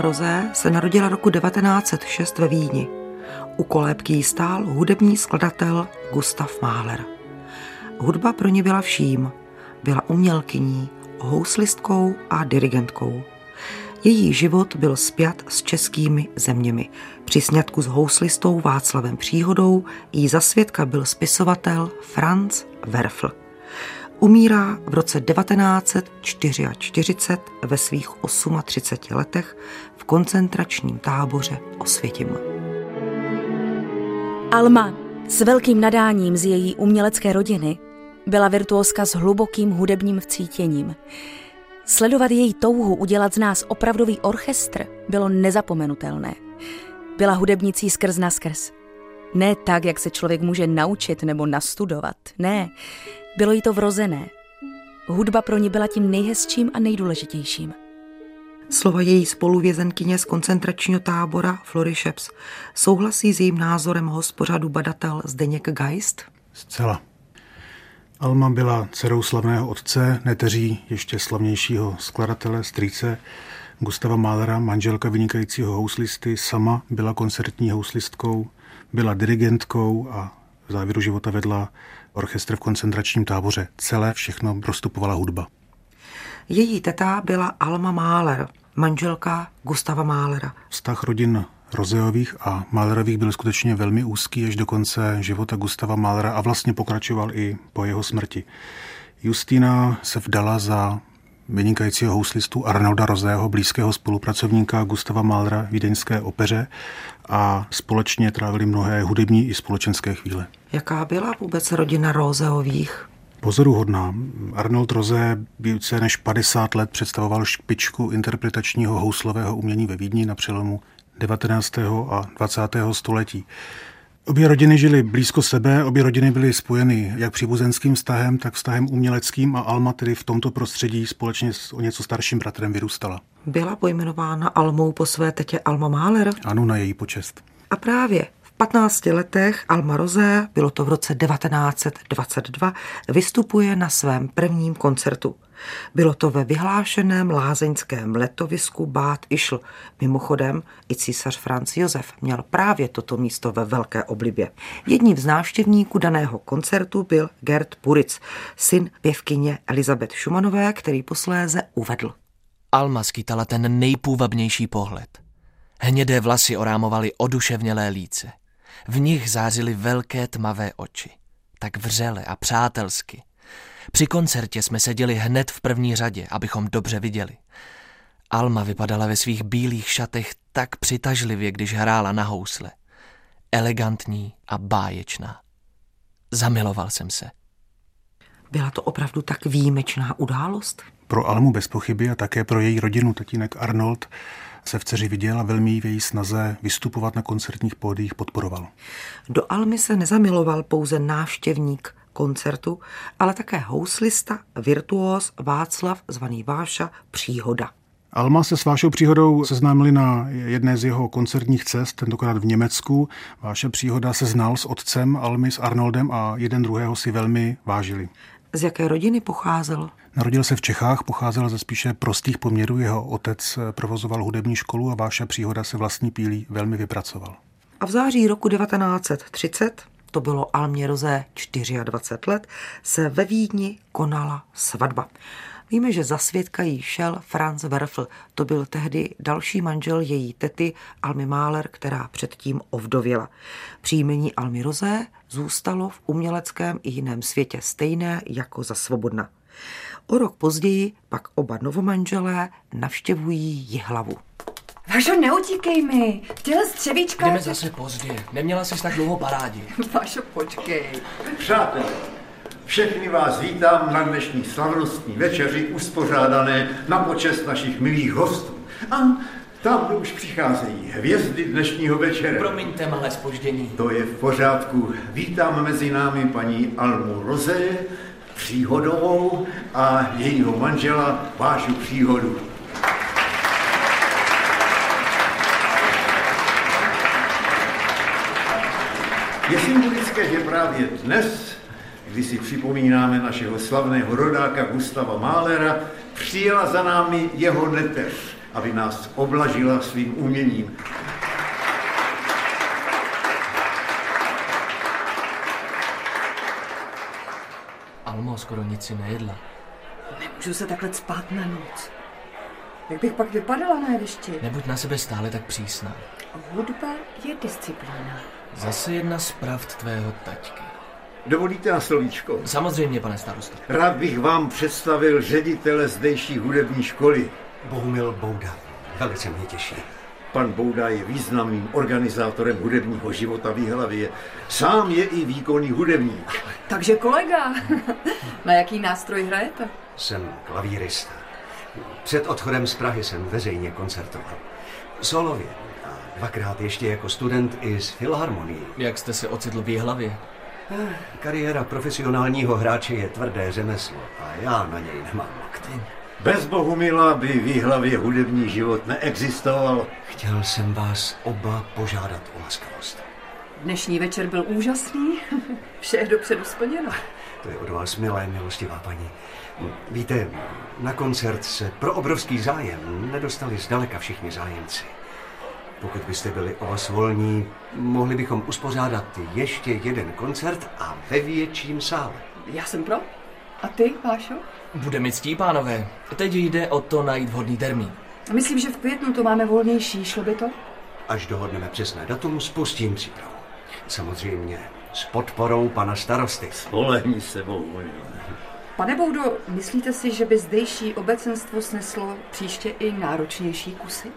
Rosé se narodila roku 1906 ve Vídni. U kolébky jí stál hudební skladatel Gustav Mahler. Hudba pro ní byla vším. Byla umělkyní, houslistkou a dirigentkou. Její život byl spjat s českými zeměmi. Při sňatku s houslistou Václavem Příhodou jí za svědka byl spisovatel Franz Werfel. Umírá v roce 1944 ve svých 38 letech v koncentračním táboře Osvětim. Alma s velkým nadáním z její umělecké rodiny byla virtuózka s hlubokým hudebním vcítěním. Sledovat její touhu udělat z nás opravdový orchestr bylo nezapomenutelné. Byla hudebnicí skrz naskrz. Ne tak, jak se člověk může naučit nebo nastudovat. Ne, bylo jí to vrozené. Hudba pro ní byla tím nejhezčím a nejdůležitějším. Slova její spoluvězenkyně z koncentračního tábora Flory Scheps souhlasí s jejím názorem host pořadu badatel Zdeněk Geist? Zcela. Alma byla dcerou slavného otce, neteří ještě slavnějšího skladatele, strýce Gustava Mahlera, manželka vynikajícího houslisty, sama byla koncertní houslistkou, byla dirigentkou a v závěru života vedla orchestr v koncentračním táboře. Celé všechno prostupovala hudba. Její teta byla Alma Mahler, manželka Gustava Mahlera. Vztah rodin Roséových a Mahlerových byl skutečně velmi úzký až do konce života Gustava Mahlera a vlastně pokračoval i po jeho smrti. Justína se vdala za vynikajícího houslistu Arnolda Rosého, blízkého spolupracovníka Gustava Mahlera v vídeňské opeře a společně trávili mnohé hudební i společenské chvíle. Jaká byla vůbec rodina Roséových? Pozoruhodná. Arnold Rosé více než 50 let představoval špičku interpretačního houslového umění ve Vídni na přelomu 19. a 20. století. Obě rodiny žily blízko sebe, obě rodiny byly spojeny jak příbuzenským vztahem, tak vztahem uměleckým a Alma tedy v tomto prostředí společně s o něco starším bratrem vyrůstala. Byla pojmenována Almou po své tetě Alma Mahler? Ano, na její počest. A právě v 15 letech Alma Rosé, bylo to v roce 1922, vystupuje na svém prvním koncertu. Bylo to ve vyhlášeném lázeňském letovisku Bad Ischl. Mimochodem, i císař Franz Josef měl právě toto místo ve velké oblibě. Jedním z návštěvníků daného koncertu byl Gerd Puritz, syn pěvkyně Elizabeth Schumannové, který posléze uvedl. Alma skýtala ten nejpůvabnější pohled. Hnědé vlasy orámovaly oduševnělé líce. V nich zářily velké tmavé oči. Tak vřele a přátelsky. Při koncertě jsme seděli hned v první řadě, abychom dobře viděli. Alma vypadala ve svých bílých šatech tak přitažlivě, když hrála na housle. Elegantní a báječná. Zamiloval jsem se. Byla to opravdu tak výjimečná událost? Pro Almu bez pochyby a také pro její rodinu tatínek Arnold se v dceři viděl a velmi v její snaze vystupovat na koncertních pódiích podporoval. Do Almy se nezamiloval pouze návštěvník koncertu, ale také houslista, virtuóz Václav, zvaný Váša Příhoda. Alma se s Vášou Příhodou seznámili na jedné z jeho koncertních cest, tentokrát v Německu. Váša Příhoda se znal s otcem Almy, s Arnoldem a jeden druhého si velmi vážili. Z jaké rodiny pocházel? Narodil se v Čechách, pocházel ze spíše prostých poměrů. Jeho otec provozoval hudební školu a Váša Příhoda se vlastní pílí velmi vypracoval. A v září roku 1930, to bylo Almě Rosé 24 let, se ve Vídni konala svatba. Víme, že za svědka jí šel Franz Werfel. To byl tehdy další manžel její tety Almy Mahler, která předtím ovdověla. Příjmení Almy Rosé zůstalo v uměleckém i jiném světě stejné jako za svobodna. O rok později pak oba novomanželé navštěvují Jihlavu. Vašo, neutíkej mi. Tyhle střevíčka... Jdeme zase pozdě. Neměla jsi tak dlouho parádě. Vašo, počkej. Přátelé, všechny vás vítám na dnešní slavnostní večeři uspořádané na počest našich milých hostů. A tam už přicházejí hvězdy dnešního večera. Promiňte malé zpoždění. To je v pořádku. Vítám mezi námi paní Almu Rosé Příhodovou a jejího manžela Vášu Příhodu. Je symbolické, že právě dnes, kdy si připomínáme našeho slavného rodáka Gustava Mahlera, přijela za námi jeho neteř aby nás oblažila svým uměním. Almo, skoro nic si nejedla. Nemůžu se takhle spát na noc. Jak bych pak vypadala na jevišti? Nebuď na sebe stále tak přísná. Hudba je disciplína. Zase jedna z pravd tvého taťky. Dovolíte na slovíčko? Samozřejmě, pane starosto. Rád bych vám představil ředitele zdejší hudební školy. Bohumil Bouda. Velice mě těší. Pan Bouda je významným organizátorem hudebního života v Jihlavě. Sám je i výkonný hudebník. Takže kolega, na jaký nástroj hrajete? Jsem klavírista. Před odchodem z Prahy jsem veřejně koncertoval. Solově a 2krát ještě jako student i z filharmonii. Jak jste se ocitl v Jihlavě? Kariéra profesionálního hráče je tvrdé řemeslo a já na něj nemám lokty. Bez Bohumila by v Jihlavě hudební život neexistoval. Chtěl jsem vás oba požádat o laskavost. Dnešní večer byl úžasný. Vše je dopředu splněno. To je od vás milé, milostivá paní. Víte, na koncert se pro obrovský zájem nedostali zdaleka všichni zájemci. Pokud byste byli o vás volní, mohli bychom uspořádat ještě jeden koncert a ve větším sále. Já jsem pro. A ty, Pášo? Bude mi ctí, pánové. Teď jde o to najít vhodný termín. Myslím, že v květnu to máme volnější. Šlo by to? Až dohodneme přesné datum, spustím přípravu. Samozřejmě s podporou pana starosty. Spolehni se, Bohumile. Pane Boudo, myslíte si, že by zdejší obecenstvo sneslo příště i náročnější kusy?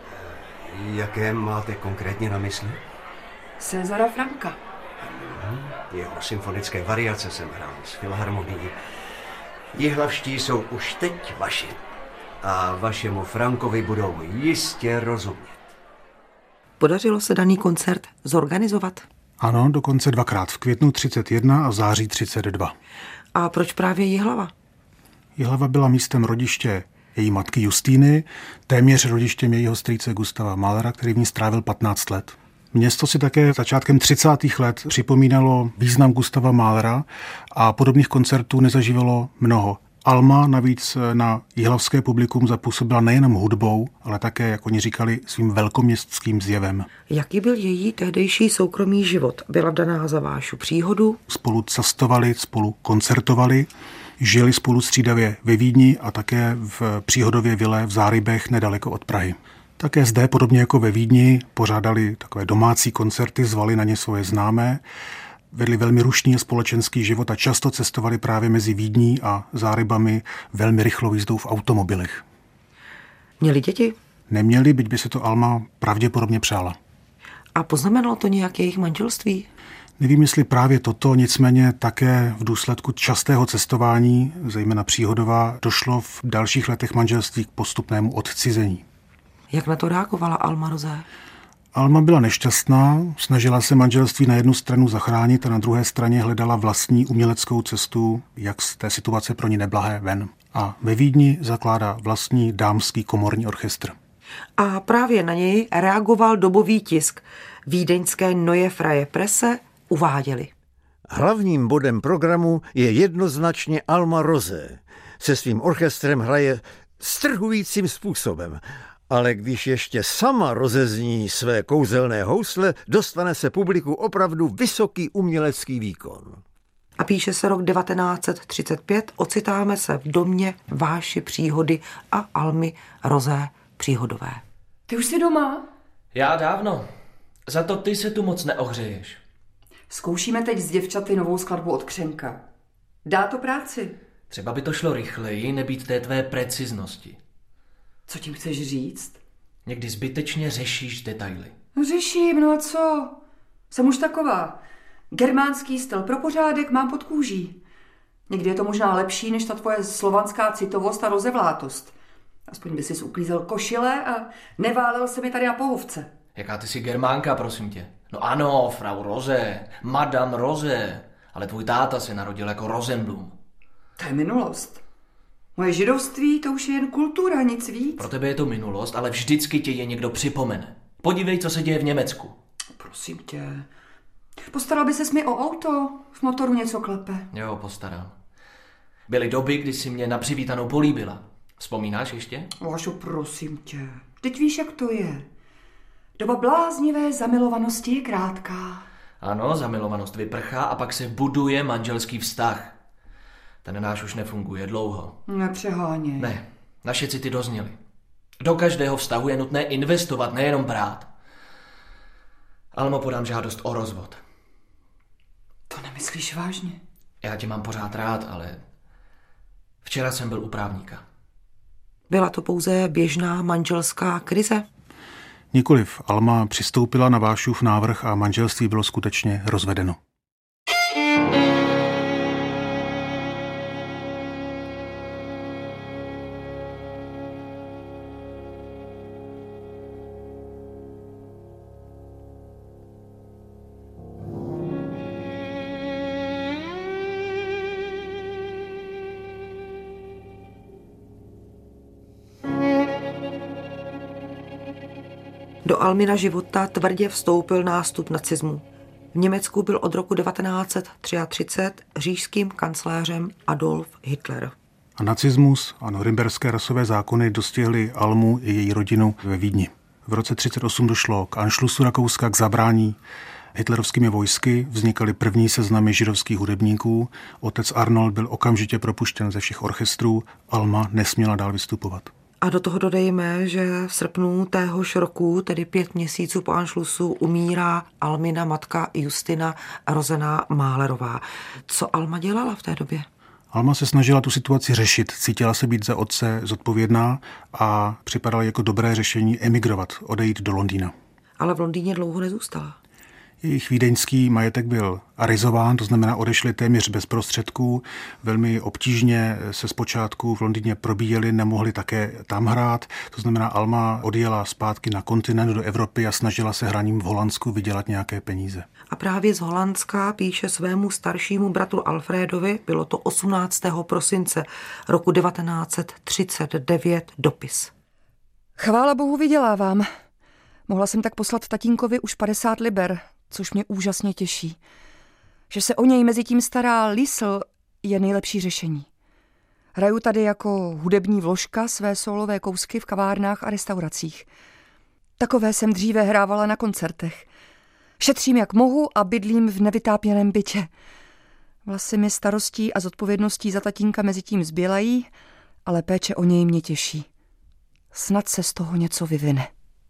Jaké máte konkrétně na mysli? Cezara Franka. Jeho symfonické variace jsem hrál s filharmonií. Jihlavští jsou už teď vaši. A vašemu Frankovi budou jistě rozumět. Podařilo se daný koncert zorganizovat? Ano, dokonce 2krát, v květnu 31 a v září 32. A proč právě Jihlava? Jihlava byla místem rodiště její matky Justýny, téměř rodištěm jejího strýce Gustava Mahlera, který v ní strávil 15 let. Město si také začátkem 30. let připomínalo význam Gustava Mahlera a podobných koncertů nezažívalo mnoho. Alma navíc na jihlavské publikum zapůsobila nejenom hudbou, ale také, jak oni říkali, svým velkoměstským zjevem. Jaký byl její tehdejší soukromý život? Byla vdaná za Vášu příhodu? Spolu cestovali, spolu koncertovali, žili spolu střídavě ve Vídni a také v příhodově vile v Zárybech nedaleko od Prahy. Také zde, podobně jako ve Vídni, pořádali takové domácí koncerty, zvali na ně svoje známé, vedli velmi rušný společenský život a často cestovali právě mezi Vídní a Zárybami velmi rychlou jízdou v automobilech. Měli děti? Neměli, byť by se to Alma pravděpodobně přála. A poznamenalo to nějak jejich manželství? Nevím, jestli právě toto, nicméně také v důsledku častého cestování, zejména příhodová, došlo v dalších letech manželství k postupnému odcizení. Jak na to reagovala Alma Rozé? Alma byla nešťastná, snažila se manželství na jednu stranu zachránit a na druhé straně hledala vlastní uměleckou cestu, jak z té situace pro ní neblahé ven. A ve Vídni zakládá vlastní dámský komorní orchestr. A právě na něj reagoval dobový tisk. Vídeňské Neue Freie Presse uváděli. Hlavním bodem programu je jednoznačně Alma Rozé. Se svým orchestrem hraje strhujícím způsobem. Ale když ještě sama rozezní své kouzelné housle, dostane se publiku opravdu vysoký umělecký výkon. A píše se rok 1935, ocitáme se v domě Váši příhody a Almy Rozé příhodové. Ty už jsi doma? Já dávno. Za to ty se tu moc neohřeješ. Zkoušíme teď s děvčaty novou skladbu od Křenka. Dá to práci? Třeba by to šlo rychleji, nebýt té tvé preciznosti. Co tím chceš říct? Někdy zbytečně řešíš detaily. No řeším, no a co? Jsem už taková. Germánský styl pro pořádek mám pod kůží. Někdy je to možná lepší, než ta tvoje slovanská citovost a rozevlátost. Aspoň by sis uklízel košile a neválel se mi tady na pohovce. Jaká ty jsi Germánka, prosím tě? No ano, Frau Rose, Madame Rose, ale tvůj táta se narodil jako Rosenblum. To je minulost. Moje židovství, to už je jen kultura, nic víc. Pro tebe je to minulost, ale vždycky tě je někdo připomene. Podívej, co se děje v Německu. Prosím tě. Postaral by ses mi o auto? V motoru něco klepe. Jo, postaral. Byly doby, kdy jsi mě na přivítanou políbila. Vzpomínáš ještě? Vašo, prosím tě. Teď víš, jak to je. Doba bláznivé zamilovanosti je krátká. Ano, zamilovanost vyprchá a pak se buduje manželský vztah. Ten náš už nefunguje dlouho. Nepřeháněj. Ne, naše city dozněly. Do každého vztahu je nutné investovat, nejenom brát. Almo, podám žádost o rozvod. To nemyslíš vážně? Já tě mám pořád rád, ale včera jsem byl u právníka. Byla to pouze běžná manželská krize? Nikoliv. Alma přistoupila na Vášův návrh a manželství bylo skutečně rozvedeno. Do Almina života tvrdě vstoupil nástup nacismu. V Německu byl od roku 1933 říšským kancléřem Adolf Hitler. A nacismus a norimberské rasové zákony dostihly Almu i její rodinu ve Vídni. V roce 1938 došlo k anšlusu Rakouska, k zabrání hitlerovskými vojsky, vznikaly první seznamy židovských hudebníků, otec Arnold byl okamžitě propuštěn ze všech orchestrů, Alma nesměla dál vystupovat. A do toho dodejme, že v srpnu téhož roku, tedy 5 měsíců po anšlusu, umírá Almina matka Justina, rozená Málerová. Co Alma dělala v té době? Alma se snažila tu situaci řešit, cítila se být za otce zodpovědná a připadalo jako dobré řešení emigrovat, odejít do Londýna. Ale v Londýně dlouho nezůstala. Jejich vídeňský majetek byl arizován, to znamená odešli téměř bez prostředků. Velmi obtížně se zpočátku v Londýně probíjeli, nemohli také tam hrát. To znamená, Alma odjela zpátky na kontinent do Evropy a snažila se hraním v Holandsku vydělat nějaké peníze. A právě z Holandska píše svému staršímu bratru Alfredovi, bylo to 18. prosince roku 1939, dopis. Chvála Bohu, vydělávám. Mohla jsem tak poslat tatínkovi už 50 liber, což mě úžasně těší. Že se o něj mezi tím stará Lisl je nejlepší řešení. Hraju tady jako hudební vložka své solové kousky v kavárnách a restauracích. Takové jsem dříve hrávala na koncertech. Šetřím jak mohu a bydlím v nevytápěném bytě. Vlasy mi starostí a zodpovědností za tatínka mezi tím zbělají, ale péče o něj mě těší. Snad se z toho něco vyvine.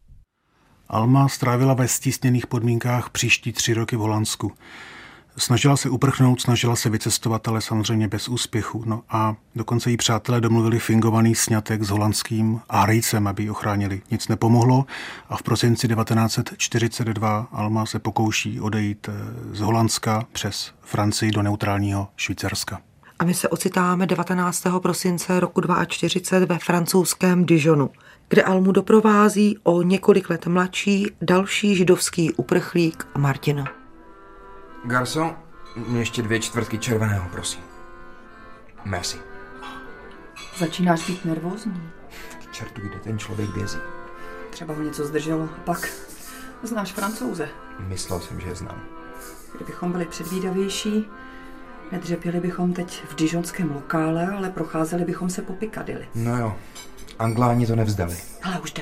Alma strávila ve stísněných podmínkách příští 3 roky v Holandsku. Snažila se uprchnout, snažila se vycestovat, ale samozřejmě bez úspěchu. No a dokonce jí přátelé domluvili fingovaný sňatek s holandským Árejcem, aby ji ochránili. Nic nepomohlo a v prosinci 1942 Alma se pokouší odejít z Holandska přes Francii do neutrálního Švýcarska. A my se ocitáme 19. prosince roku 1942 ve francouzském Dijonu, kde Almu doprovází o několik let mladší další židovský uprchlík Martin. Garçon, ještě 2 čtvrtky červeného, prosím. Merci. Začínáš být nervózní. K čertu, kde ten člověk bězí. Třeba ho něco zdrželo. Pak znáš Francouze. Myslel jsem, že je znám. Kdybychom byli předvídavější, nedřepěli bychom teď v dijonském lokále, ale procházeli bychom se po Piccadilly. No jo, Angláni to nevzdali. Ale už jde.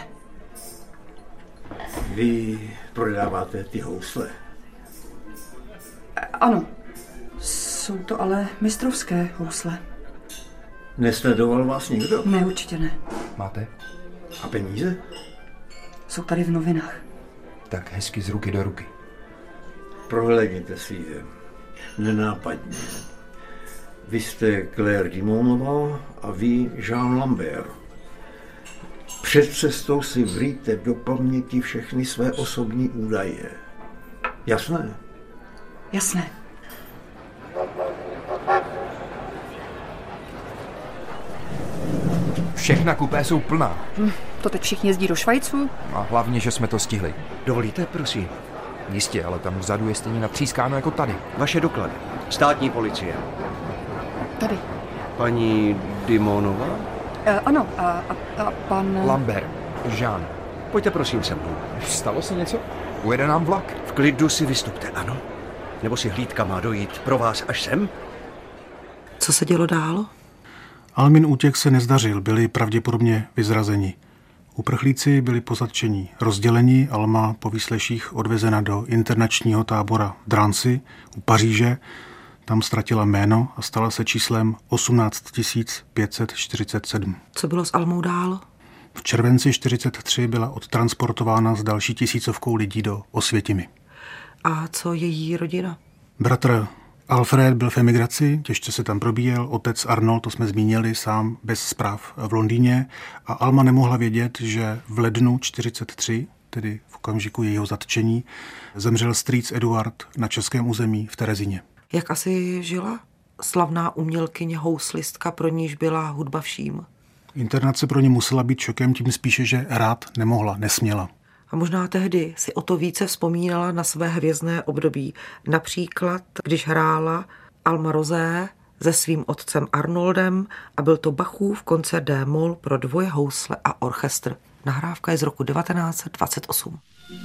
Vy prodáváte ty housle? Ano, jsou to ale mistrovské housle. Nesledoval vás někdo? Ne, určitě ne. Máte? A peníze? Jsou tady v novinách. Tak hezky z ruky do ruky. Prohlédněte si je. Nenápadně. Vy jste Claire Dimonová a vy Jean Lambert. Před cestou si vlijte do paměti všechny své osobní údaje. Jasné? Jasné. Všechna kupé jsou plná. To teď všichni jezdí do Švajců? A hlavně, že jsme to stihli. Dovolíte, prosím? Jistě, ale tam vzadu je stejně natřískáno jako tady. Vaše doklady. Státní policie. Tady. Paní Dimonová? Ano, a pan... Lambert, Jean. Pojďte prosím se mnou. Stalo se něco? Ujede nám vlak. V klidu si vystupte, ano? Nebo si hlídka má dojít pro vás až sem? Co se dělo dál? Almin útěk se nezdařil, byli pravděpodobně vyzrazeni. Uprchlíci byli po zatčení rozděleni, Alma po výsleších odvezena do internačního tábora v Drancy u Paříže. Tam ztratila jméno a stala se číslem 18 547. Co bylo s Almou dál? V červenci 1943 byla odtransportována s další 1000 lidí do Osvětimi. A co její rodina? Bratr Alfred byl v emigraci, těžce se tam probíjel, otec Arnold, to jsme zmínili, sám bez zpráv v Londýně a Alma nemohla vědět, že v lednu 1943, tedy v okamžiku jejího zatčení, zemřel strýc Eduard na českém území v Terezíně. Jak asi žila? Slavná umělkyně, houslistka, pro níž byla hudba vším. Internace pro ně musela být šokem, tím spíše, že hrát nemohla, nesměla. A možná tehdy si o to více vzpomínala na své hvězdné období. Například, když hrála Alma Rosé se svým otcem Arnoldem a byl to Bachův koncert D-moll pro 2 housle a orchestr. Nahrávka je z roku 1928.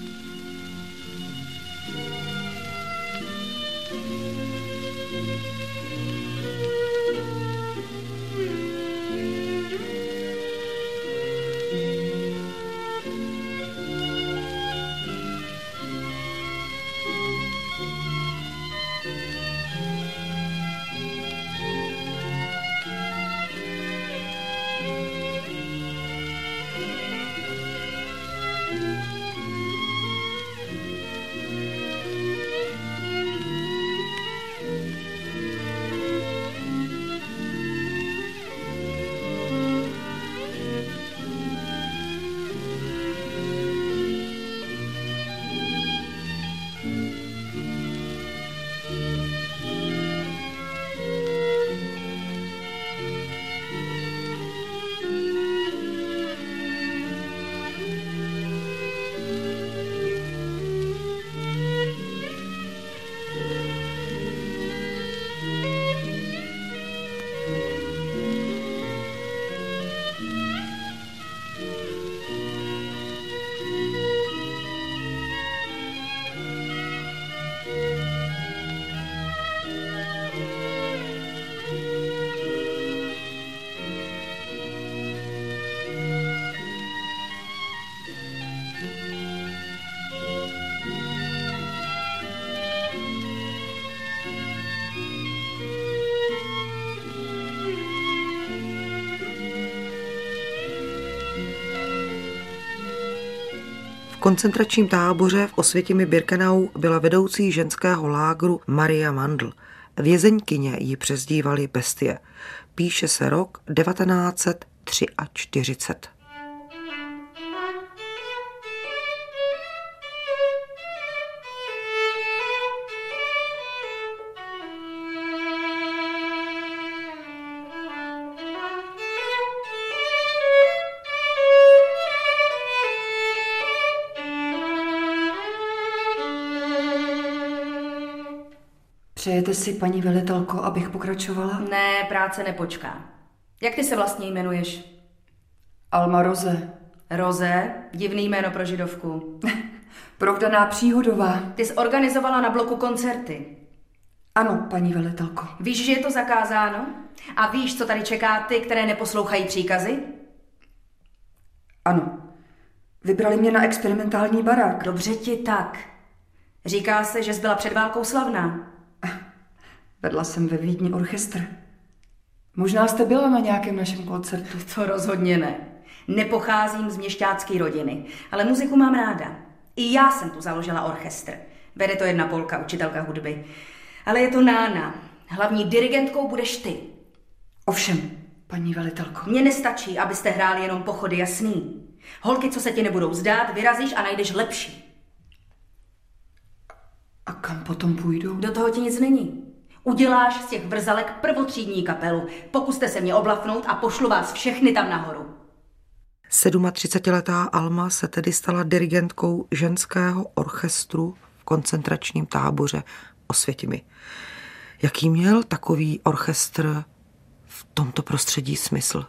V koncentračním táboře v Osvětimi-Birkenau byla vedoucí ženského lágru Maria Mandl. Vězeňkyně ji přezdívali Bestie. Píše se rok 1943. Přejete si, paní velitelko, abych pokračovala? Ne, práce nepočká. Jak ty se vlastně jmenuješ? Alma Rosé. Rosé? Divný jméno pro židovku. Provdaná Příhodová. Ty jsi organizovala na bloku koncerty. Ano, paní velitelko. Víš, že je to zakázáno? A víš, co tady čeká ty, které neposlouchají příkazy? Ano. Vybrali mě na experimentální barák. Dobře ti tak. Říká se, že jsi byla před válkou slavná. Vedla jsem ve Vídni orchestr. Možná jste byla na nějakém našem koncertu. To rozhodně ne. Nepocházím z měšťácké rodiny, ale muziku mám ráda. I já jsem tu založila orchestr. Vede to jedna Polka, učitelka hudby. Ale je to Nána. Hlavní dirigentkou budeš ty. Ovšem, paní velitelko. Mně nestačí, abyste hráli jenom pochody, jasný. Holky, co se ti nebudou zdát, vyrazíš a najdeš lepší. A kam potom půjdu? Do toho ti nic není. Uděláš z těch vrzalek prvotřídní kapelu. Pokuste se mě oblafnout a pošlu vás všechny tam nahoru. 37letá Alma se tedy stala dirigentkou ženského orchestru v koncentračním táboře Osvětimi. Jaký měl takový orchestr v tomto prostředí smysl?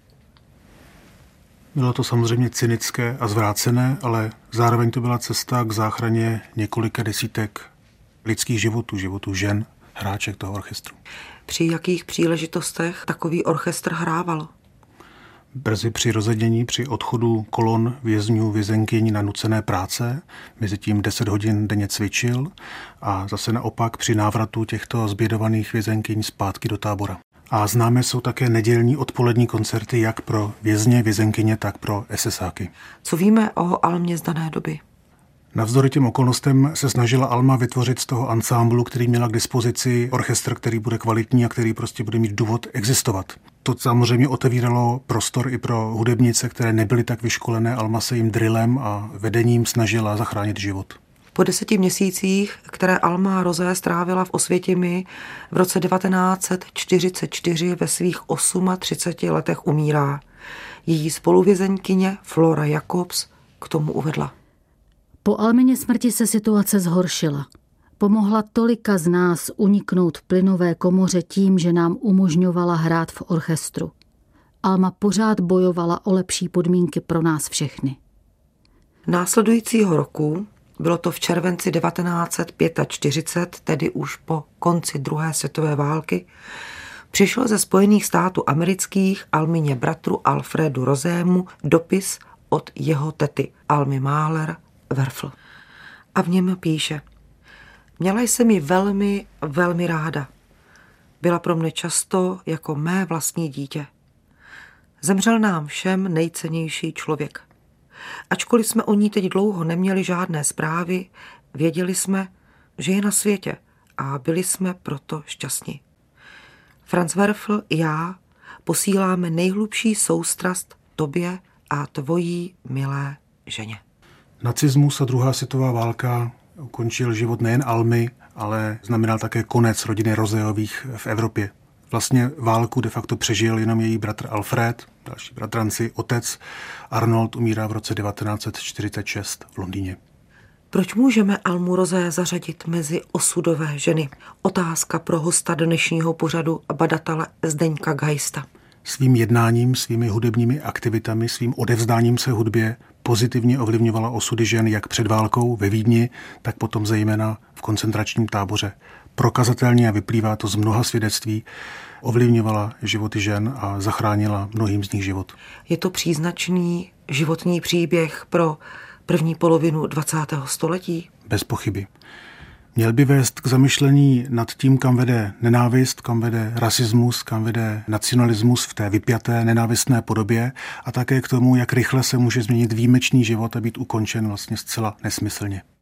Bylo to samozřejmě cynické a zvrácené, ale zároveň to byla cesta k záchraně několika desítek lidských životů žen, hráček toho orchestru. Při jakých příležitostech takový orchestr hrával? Brzy při rozředění, při odchodu kolon vězňů vězenkyň na nucené práce, mezi tím 10 hodin denně cvičil a zase naopak při návratu těchto zbědovaných vězenkyň zpátky do tábora. A známé jsou také nedělní odpolední koncerty jak pro vězně, vězenkyně, tak pro SSáky. Co víme o Almě z dané doby? Navzdory těm okolnostem se snažila Alma vytvořit z toho ansámblu, který měla k dispozici orchestr, který bude kvalitní a který prostě bude mít důvod existovat. To samozřejmě otevíralo prostor i pro hudebnice, které nebyly tak vyškolené. Alma se jim drillem a vedením snažila zachránit život. Po 10 měsících, které Alma Rosé strávila v Osvětimi, v roce 1944 ve svých 38 letech umírá. Její spoluvězenkyně Flora Jacobs k tomu uvedla. Po Almině smrti se situace zhoršila. Pomohla tolika z nás uniknout v plynové komoře tím, že nám umožňovala hrát v orchestru. Alma pořád bojovala o lepší podmínky pro nás všechny. Následujícího roku, bylo to v červenci 1945, tedy už po konci druhé světové války, přišel ze Spojených států amerických Almině bratru Alfredu Rosému dopis od jeho tety Almy Mahler Werfel. A v něm píše: Měla jsem ji velmi, velmi ráda. Byla pro mne často jako mé vlastní dítě. Zemřel nám všem nejcennější člověk. Ačkoliv jsme o ní teď dlouho neměli žádné zprávy, věděli jsme, že je na světě a byli jsme proto šťastní. Franz Werfel i já posíláme nejhlubší soustrast tobě a tvojí milé ženě. Nacismus a druhá světová válka ukončil život nejen Almy, ale znamenal také konec rodiny Roséových v Evropě. Vlastně válku de facto přežil jenom její bratr Alfred, další bratranci, otec Arnold umírá v roce 1946 v Londýně. Proč můžeme Almu Rosé zařadit mezi osudové ženy? Otázka pro hosta dnešního pořadu badatele Zdeňka Geista. Svým jednáním, svými hudebními aktivitami, svým odevzdáním se hudbě pozitivně ovlivňovala osudy žen jak před válkou ve Vídni, tak potom zejména v koncentračním táboře. Prokazatelně, a vyplývá to z mnoha svědectví, ovlivňovala životy žen a zachránila mnohým z nich život. Je to příznačný životní příběh pro první polovinu 20. století? Bez pochyby. Měl by vést k zamyšlení nad tím, kam vede nenávist, kam vede rasismus, kam vede nacionalismus v té vypjaté nenávistné podobě a také k tomu, jak rychle se může změnit výjimečný život a být ukončen vlastně zcela nesmyslně.